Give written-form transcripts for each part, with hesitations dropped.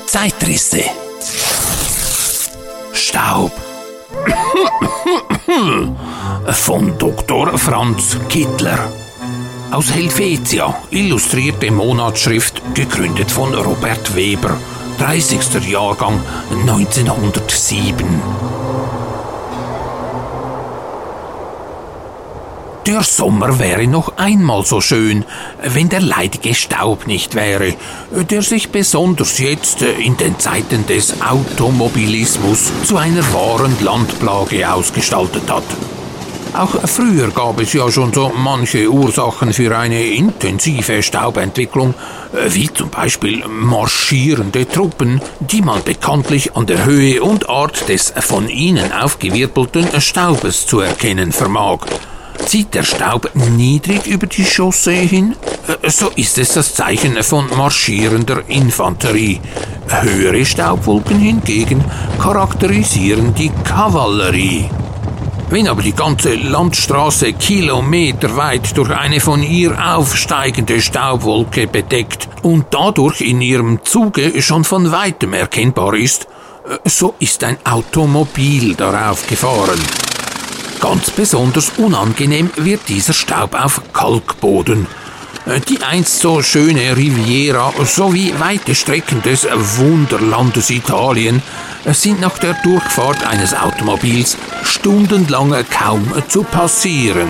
Zeitrisse. Staub. Von Dr. Franz Kittler. Aus Helvetia, illustrierte Monatsschrift, gegründet von Robert Weber, 30. Jahrgang 1907. Der Sommer wäre noch einmal so schön, wenn der leidige Staub nicht wäre, der sich besonders jetzt in den Zeiten des Automobilismus zu einer wahren Landplage ausgestaltet hat. Auch früher gab es ja schon so manche Ursachen für eine intensive Staubentwicklung, wie zum Beispiel marschierende Truppen, die man bekanntlich an der Höhe und Art des von ihnen aufgewirbelten Staubes zu erkennen vermag. Zieht der Staub niedrig über die Chaussee hin, so ist es das Zeichen von marschierender Infanterie. Höhere Staubwolken hingegen charakterisieren die Kavallerie. Wenn aber die ganze Landstraße kilometerweit durch eine von ihr aufsteigende Staubwolke bedeckt und dadurch in ihrem Zuge schon von weitem erkennbar ist, so ist ein Automobil darauf gefahren. Ganz besonders unangenehm wird dieser Staub auf Kalkboden. Die einst so schöne Riviera sowie weite Strecken des Wunderlandes Italien sind nach der Durchfahrt eines Automobils stundenlang kaum zu passieren.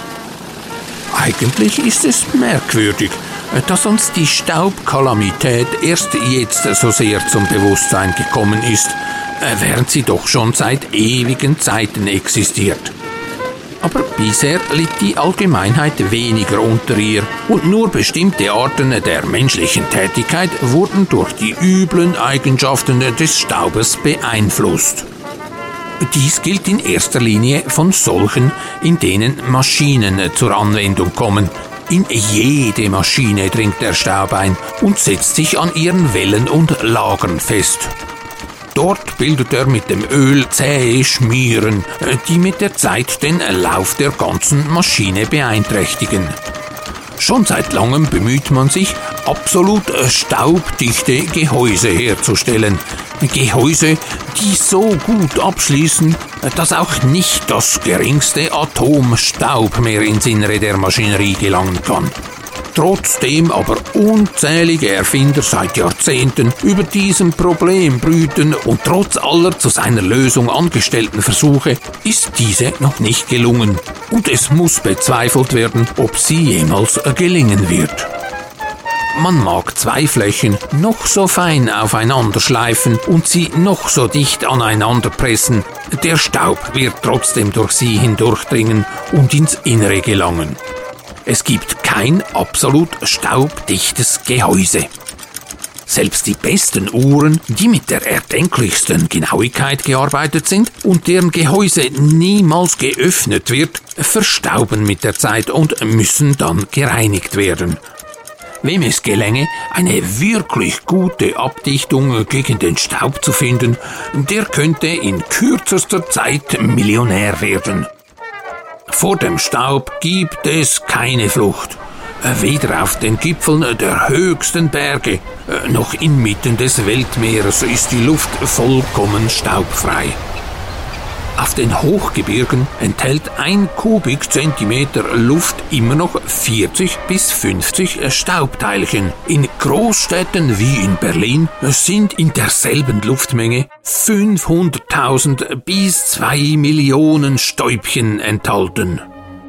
Eigentlich ist es merkwürdig, dass uns die Staubkalamität erst jetzt so sehr zum Bewusstsein gekommen ist, während sie doch schon seit ewigen Zeiten existiert. Aber bisher litt die Allgemeinheit weniger unter ihr und nur bestimmte Arten der menschlichen Tätigkeit wurden durch die üblen Eigenschaften des Staubes beeinflusst. Dies gilt in erster Linie von solchen, in denen Maschinen zur Anwendung kommen. In jede Maschine dringt der Staub ein und setzt sich an ihren Wellen und Lagern fest. Dort bildet er mit dem Öl zähe Schmieren, die mit der Zeit den Lauf der ganzen Maschine beeinträchtigen. Schon seit langem bemüht man sich, absolut staubdichte Gehäuse herzustellen. Gehäuse, die so gut abschließen, dass auch nicht das geringste Atom Staub mehr ins Innere der Maschinerie gelangen kann. Trotzdem aber unzählige Erfinder seit Jahrzehnten über diesem Problem brüten und trotz aller zu seiner Lösung angestellten Versuche ist diese noch nicht gelungen. Und es muss bezweifelt werden, ob sie jemals gelingen wird. Man mag zwei Flächen noch so fein aufeinander schleifen und sie noch so dicht aneinander pressen. Der Staub wird trotzdem durch sie hindurchdringen und ins Innere gelangen. Es gibt kein absolut staubdichtes Gehäuse. Selbst die besten Uhren, die mit der erdenklichsten Genauigkeit gearbeitet sind und deren Gehäuse niemals geöffnet wird, verstauben mit der Zeit und müssen dann gereinigt werden. Wem es gelänge, eine wirklich gute Abdichtung gegen den Staub zu finden, der könnte in kürzester Zeit Millionär werden. Vor dem Staub gibt es keine Flucht. Weder auf den Gipfeln der höchsten Berge, noch inmitten des Weltmeeres ist die Luft vollkommen staubfrei. Auf den Hochgebirgen enthält 1 Kubikzentimeter Luft immer noch 40 bis 50 Staubteilchen. In Großstädten wie in Berlin sind in derselben Luftmenge 500.000 bis 2 Millionen Stäubchen enthalten.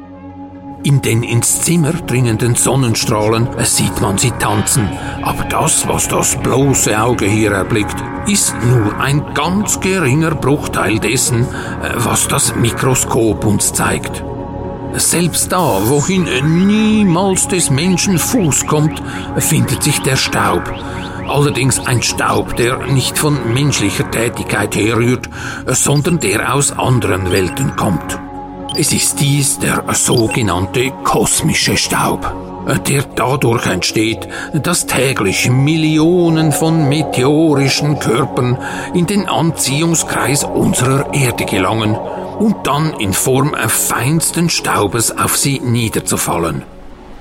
In den ins Zimmer dringenden Sonnenstrahlen sieht man sie tanzen, aber das, was das bloße Auge hier erblickt, ist nur ein ganz geringer Bruchteil dessen, was das Mikroskop uns zeigt. Selbst da, wohin niemals des Menschen Fuß kommt, findet sich der Staub. Allerdings ein Staub, der nicht von menschlicher Tätigkeit herrührt, sondern der aus anderen Welten kommt. Es ist dies der sogenannte kosmische Staub, der dadurch entsteht, dass täglich Millionen von meteorischen Körpern in den Anziehungskreis unserer Erde gelangen und dann in Form feinsten Staubes auf sie niederzufallen.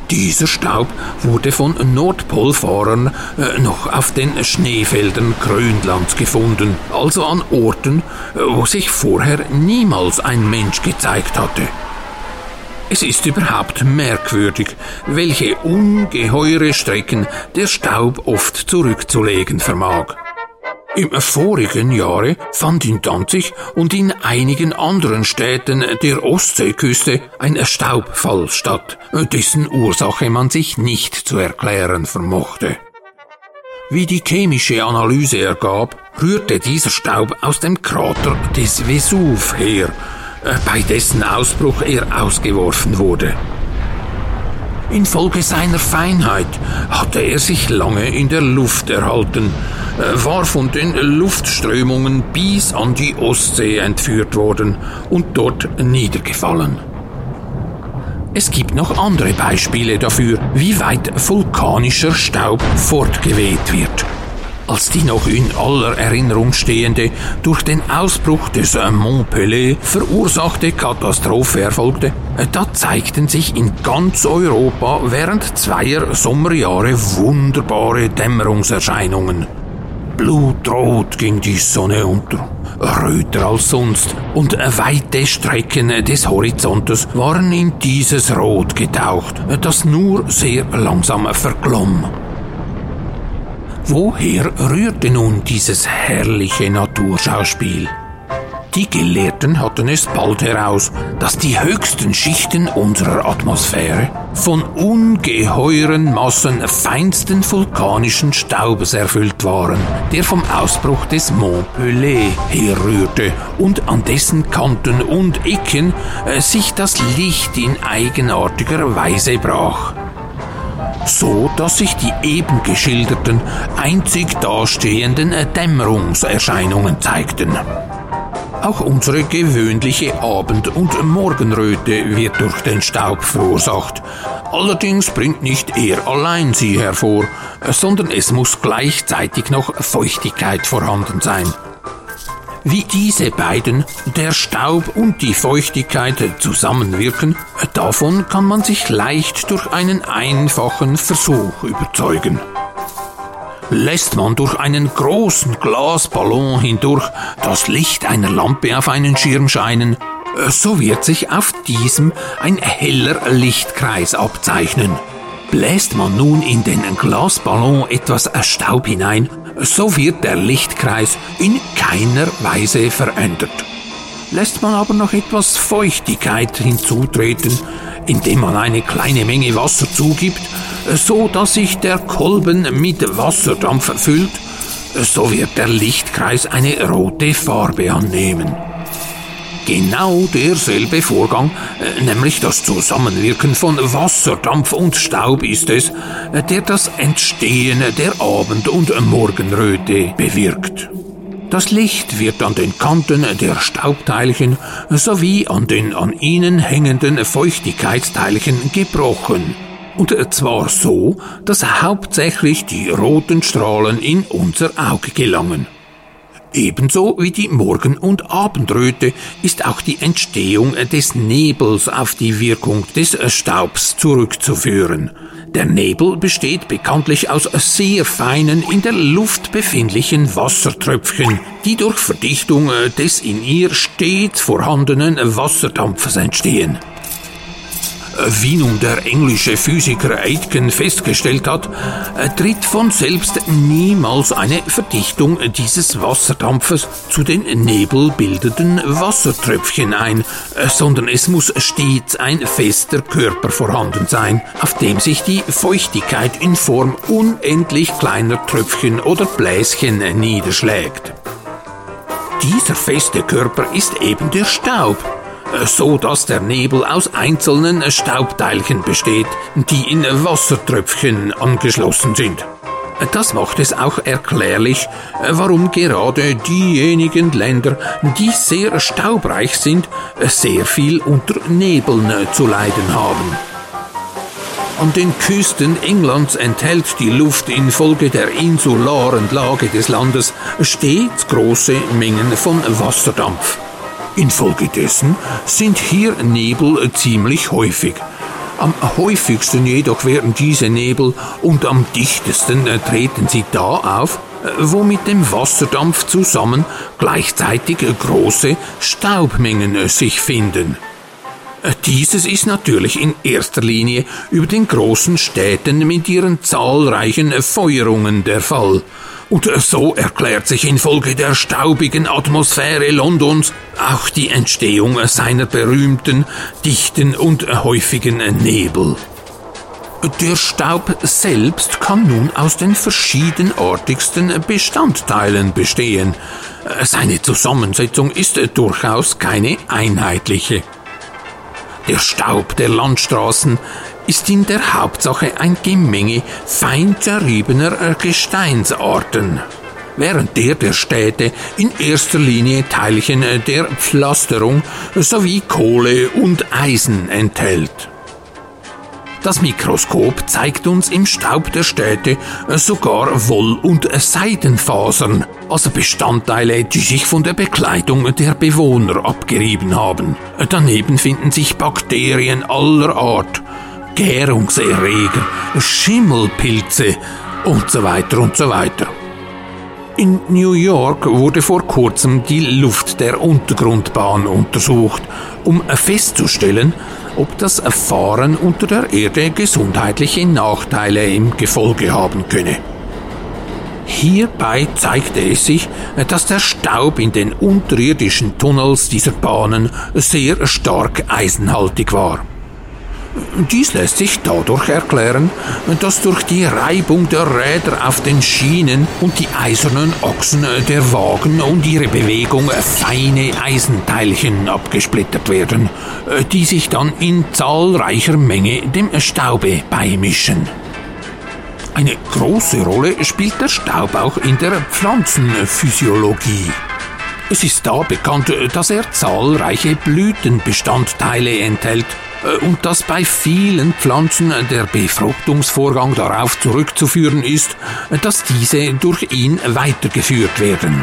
Dieser Staub wurde von Nordpolfahrern noch auf den Schneefeldern Grönlands gefunden, also an Orten, wo sich vorher niemals ein Mensch gezeigt hatte. Es ist überhaupt merkwürdig, welche ungeheure Strecken der Staub oft zurückzulegen vermag. Im vorigen Jahre fand in Danzig und in einigen anderen Städten der Ostseeküste ein Staubfall statt, dessen Ursache man sich nicht zu erklären vermochte. Wie die chemische Analyse ergab, rührte dieser Staub aus dem Krater des Vesuv her, bei dessen Ausbruch er ausgeworfen wurde. Infolge seiner Feinheit hatte er sich lange in der Luft erhalten, war von den Luftströmungen bis an die Ostsee entführt worden und dort niedergefallen. Es gibt noch andere Beispiele dafür, wie weit vulkanischer Staub fortgeweht wird. Als die noch in aller Erinnerung stehende, durch den Ausbruch des Mont Pelée verursachte Katastrophe erfolgte, da zeigten sich in ganz Europa während 2 Sommerjahre wunderbare Dämmerungserscheinungen. Blutrot ging die Sonne unter, röter als sonst, und weite Strecken des Horizontes waren in dieses Rot getaucht, das nur sehr langsam verglomm. Woher rührte nun dieses herrliche Naturschauspiel? Die Gelehrten hatten es bald heraus, dass die höchsten Schichten unserer Atmosphäre von ungeheuren Massen feinsten vulkanischen Staubes erfüllt waren, der vom Ausbruch des Mont Pelée herrührte und an dessen Kanten und Ecken sich das Licht in eigenartiger Weise brach, so dass sich die eben geschilderten einzig dastehenden Dämmerungserscheinungen zeigten. Auch unsere gewöhnliche Abend- und Morgenröte wird durch den Staub verursacht. Allerdings bringt nicht er allein sie hervor, sondern es muss gleichzeitig noch Feuchtigkeit vorhanden sein. Wie diese beiden, der Staub und die Feuchtigkeit, zusammenwirken, davon kann man sich leicht durch einen einfachen Versuch überzeugen. Lässt man durch einen großen Glasballon hindurch das Licht einer Lampe auf einen Schirm scheinen, so wird sich auf diesem ein heller Lichtkreis abzeichnen. Bläst man nun in den Glasballon etwas Staub hinein, so wird der Lichtkreis in keiner Weise verändert. Lässt man aber noch etwas Feuchtigkeit hinzutreten, indem man eine kleine Menge Wasser zugibt, so dass sich der Kolben mit Wasserdampf füllt, so wird der Lichtkreis eine rote Farbe annehmen. Genau derselbe Vorgang, nämlich das Zusammenwirken von Wasserdampf und Staub ist es, der das Entstehen der Abend- und Morgenröte bewirkt. Das Licht wird an den Kanten der Staubteilchen sowie an den an ihnen hängenden Feuchtigkeitsteilchen gebrochen. Und zwar so, dass hauptsächlich die roten Strahlen in unser Auge gelangen. Ebenso wie die Morgen- und Abendröte ist auch die Entstehung des Nebels auf die Wirkung des Staubs zurückzuführen. Der Nebel besteht bekanntlich aus sehr feinen, in der Luft befindlichen Wassertröpfchen, die durch Verdichtung des in ihr stets vorhandenen Wasserdampfes entstehen. Wie nun der englische Physiker Aitken festgestellt hat, tritt von selbst niemals eine Verdichtung dieses Wasserdampfes zu den nebelbildenden Wassertröpfchen ein, sondern es muss stets ein fester Körper vorhanden sein, auf dem sich die Feuchtigkeit in Form unendlich kleiner Tröpfchen oder Bläschen niederschlägt. Dieser feste Körper ist eben der Staub, so dass der Nebel aus einzelnen Staubteilchen besteht, die in Wassertröpfchen angeschlossen sind. Das macht es auch erklärlich, warum gerade diejenigen Länder, die sehr staubreich sind, sehr viel unter Nebeln zu leiden haben. An den Küsten Englands enthält die Luft infolge der insularen Lage des Landes stets große Mengen von Wasserdampf. Infolgedessen sind hier Nebel ziemlich häufig. Am häufigsten jedoch werden diese Nebel und am dichtesten treten sie da auf, wo mit dem Wasserdampf zusammen gleichzeitig große Staubmengen sich finden. Dieses ist natürlich in erster Linie über den großen Städten mit ihren zahlreichen Feuerungen der Fall. Und so erklärt sich infolge der staubigen Atmosphäre Londons auch die Entstehung seiner berühmten, dichten und häufigen Nebel. Der Staub selbst kann nun aus den verschiedenartigsten Bestandteilen bestehen. Seine Zusammensetzung ist durchaus keine einheitliche. Der Staub der Landstraßen ist in der Hauptsache ein Gemenge fein zerriebener Gesteinsarten, während der Städte in erster Linie Teilchen der Pflasterung sowie Kohle und Eisen enthält. Das Mikroskop zeigt uns im Staub der Städte sogar Woll- und Seidenfasern, also Bestandteile, die sich von der Bekleidung der Bewohner abgerieben haben. Daneben finden sich Bakterien aller Art, Gärungserreger, Schimmelpilze und so weiter und so weiter. In New York wurde vor kurzem die Luft der Untergrundbahn untersucht, um festzustellen, ob das Fahren unter der Erde gesundheitliche Nachteile im Gefolge haben könne. Hierbei zeigte es sich, dass der Staub in den unterirdischen Tunnels dieser Bahnen sehr stark eisenhaltig war. Dies lässt sich dadurch erklären, dass durch die Reibung der Räder auf den Schienen und die eisernen Achsen der Wagen und ihre Bewegung feine Eisenteilchen abgesplittert werden, die sich dann in zahlreicher Menge dem Staube beimischen. Eine große Rolle spielt der Staub auch in der Pflanzenphysiologie. Es ist da bekannt, dass er zahlreiche Blütenbestandteile enthält und dass bei vielen Pflanzen der Befruchtungsvorgang darauf zurückzuführen ist, dass diese durch ihn weitergeführt werden.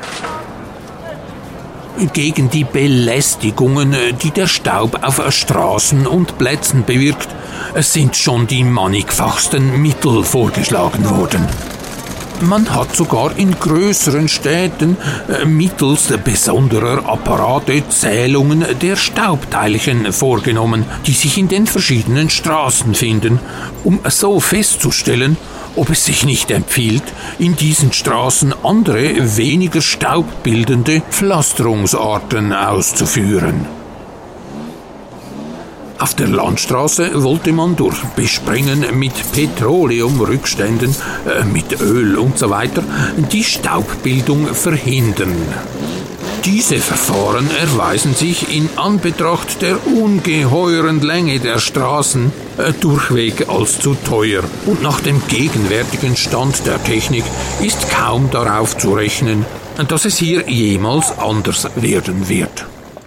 Gegen die Belästigungen, die der Staub auf Straßen und Plätzen bewirkt, sind schon die mannigfachsten Mittel vorgeschlagen worden. Man hat sogar in größeren Städten mittels besonderer Apparate Zählungen der Staubteilchen vorgenommen, die sich in den verschiedenen Straßen finden, um so festzustellen, ob es sich nicht empfiehlt, in diesen Straßen andere, weniger staubbildende Pflasterungsarten auszuführen. Auf der Landstraße wollte man durch Besprengen mit Petroleumrückständen, mit Öl und so weiter die Staubbildung verhindern. Diese Verfahren erweisen sich in Anbetracht der ungeheuren Länge der Straßen durchweg als zu teuer. Und nach dem gegenwärtigen Stand der Technik ist kaum darauf zu rechnen, dass es hier jemals anders werden wird.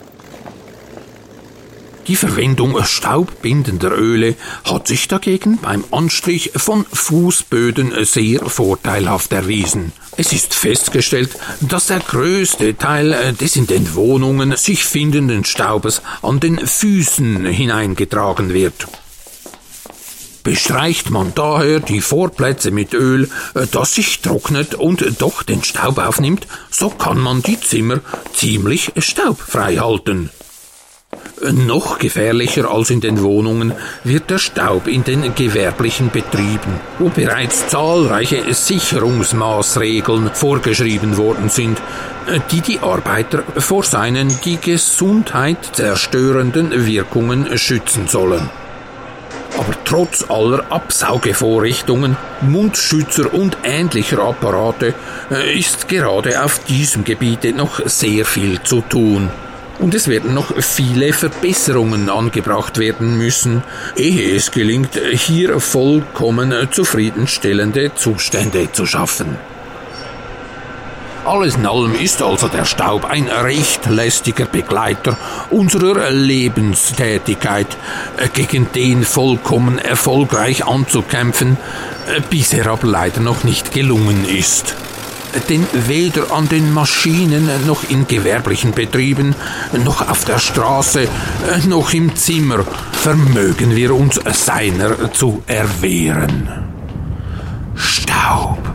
Die Verwendung staubbindender Öle hat sich dagegen beim Anstrich von Fußböden sehr vorteilhaft erwiesen. Es ist festgestellt, dass der größte Teil des in den Wohnungen sich findenden Staubes an den Füßen hineingetragen wird. Bestreicht man daher die Vorplätze mit Öl, das sich trocknet und doch den Staub aufnimmt, so kann man die Zimmer ziemlich staubfrei halten. Noch gefährlicher als in den Wohnungen wird der Staub in den gewerblichen Betrieben, wo bereits zahlreiche Sicherungsmaßregeln vorgeschrieben worden sind, die die Arbeiter vor seinen die Gesundheit zerstörenden Wirkungen schützen sollen. Aber trotz aller Absaugevorrichtungen, Mundschützer und ähnlicher Apparate ist gerade auf diesem Gebiet noch sehr viel zu tun. Und es werden noch viele Verbesserungen angebracht werden müssen, ehe es gelingt, hier vollkommen zufriedenstellende Zustände zu schaffen. Alles in allem ist also der Staub ein recht lästiger Begleiter unserer Lebenstätigkeit, gegen den vollkommen erfolgreich anzukämpfen, bisher aber leider noch nicht gelungen ist. Denn weder an den Maschinen, noch in gewerblichen Betrieben, noch auf der Straße, noch im Zimmer vermögen wir uns seiner zu erwehren. Staub.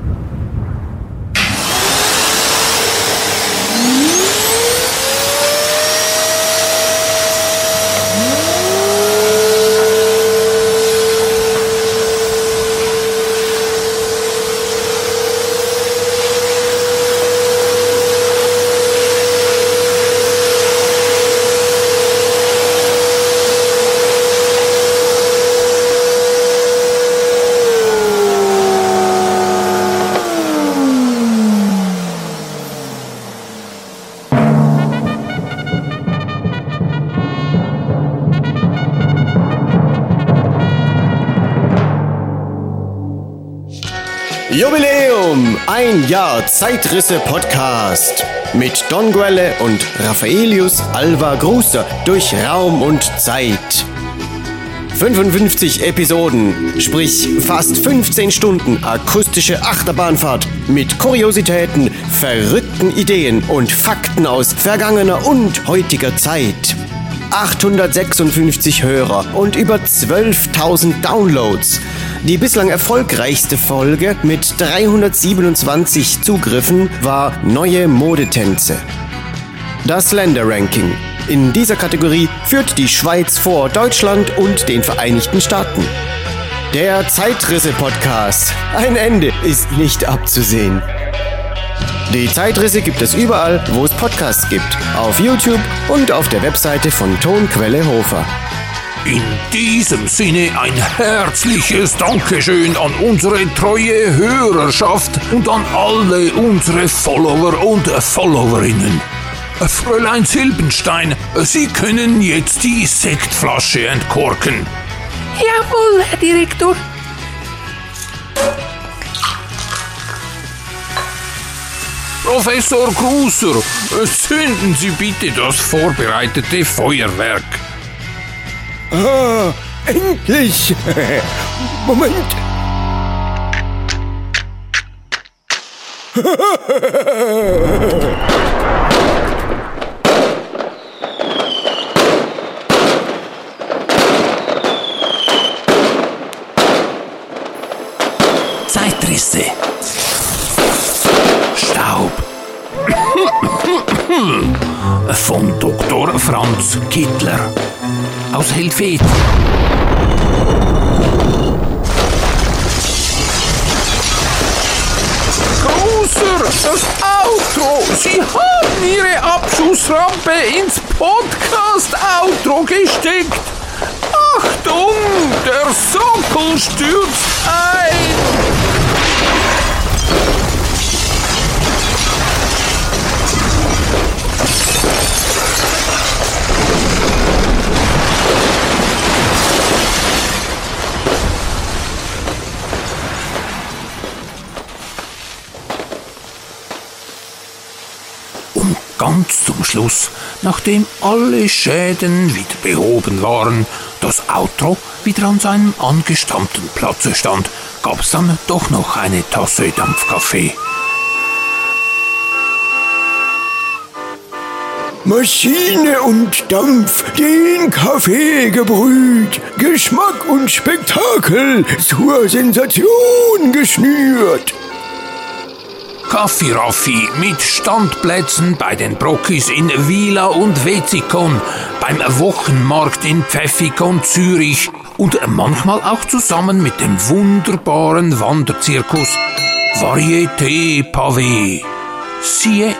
Jubiläum! Ein Jahr Zeitrisse-Podcast mit Don Guelle und Raffaelius Alva Gruster durch Raum und Zeit. 55 Episoden, sprich fast 15 Stunden akustische Achterbahnfahrt mit Kuriositäten, verrückten Ideen und Fakten aus vergangener und heutiger Zeit. 856 Hörer und über 12.000 Downloads. Die bislang erfolgreichste Folge mit 327 Zugriffen war Neue Modetänze. Das Länderranking. In dieser Kategorie führt die Schweiz vor Deutschland und den Vereinigten Staaten. Der Zeitrisse-Podcast. Ein Ende ist nicht abzusehen. Die Zeitrisse gibt es überall, wo es Podcasts gibt. Auf YouTube und auf der Webseite von Tonquelle Hofer. In diesem Sinne ein herzliches Dankeschön an unsere treue Hörerschaft und an alle unsere Follower und Followerinnen. Fräulein Silbenstein, Sie können jetzt die Sektflasche entkorken. Jawohl, Herr Direktor. Professor Gruser, zünden Sie bitte das vorbereitete Feuerwerk. Ah, endlich! Moment! Zeitrisse. Staub. Von Dr. Franz Kittler aus Helvet. Gruser, das Outro! Sie haben Ihre Abschussrampe ins Podcast-Outro gesteckt! Achtung, der Sockel stürzt ein! Ganz zum Schluss, nachdem alle Schäden wieder behoben waren, das Outro wieder an seinem angestammten Platze stand, gab's dann doch noch eine Tasse Dampfkaffee. Maschine und Dampf, den Kaffee gebrüht, Geschmack und Spektakel zur Sensation geschnürt. Kaffee Raffi mit Standplätzen bei den Brockis in Vila und Wetzikon, beim Wochenmarkt in Pfäffikon Zürich und manchmal auch zusammen mit dem wunderbaren Wanderzirkus Varieté Pavé. Siehe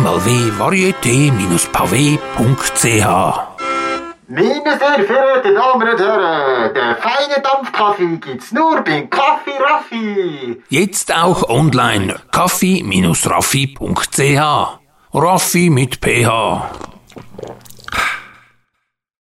3xW-varieté-pavé.ch. Meine sehr verehrten Damen und Herren, der feine Dampfkaffee gibt's nur beim Kaffee Raffi. Jetzt auch online, kaffee-raffi.ch. Raffi mit PH.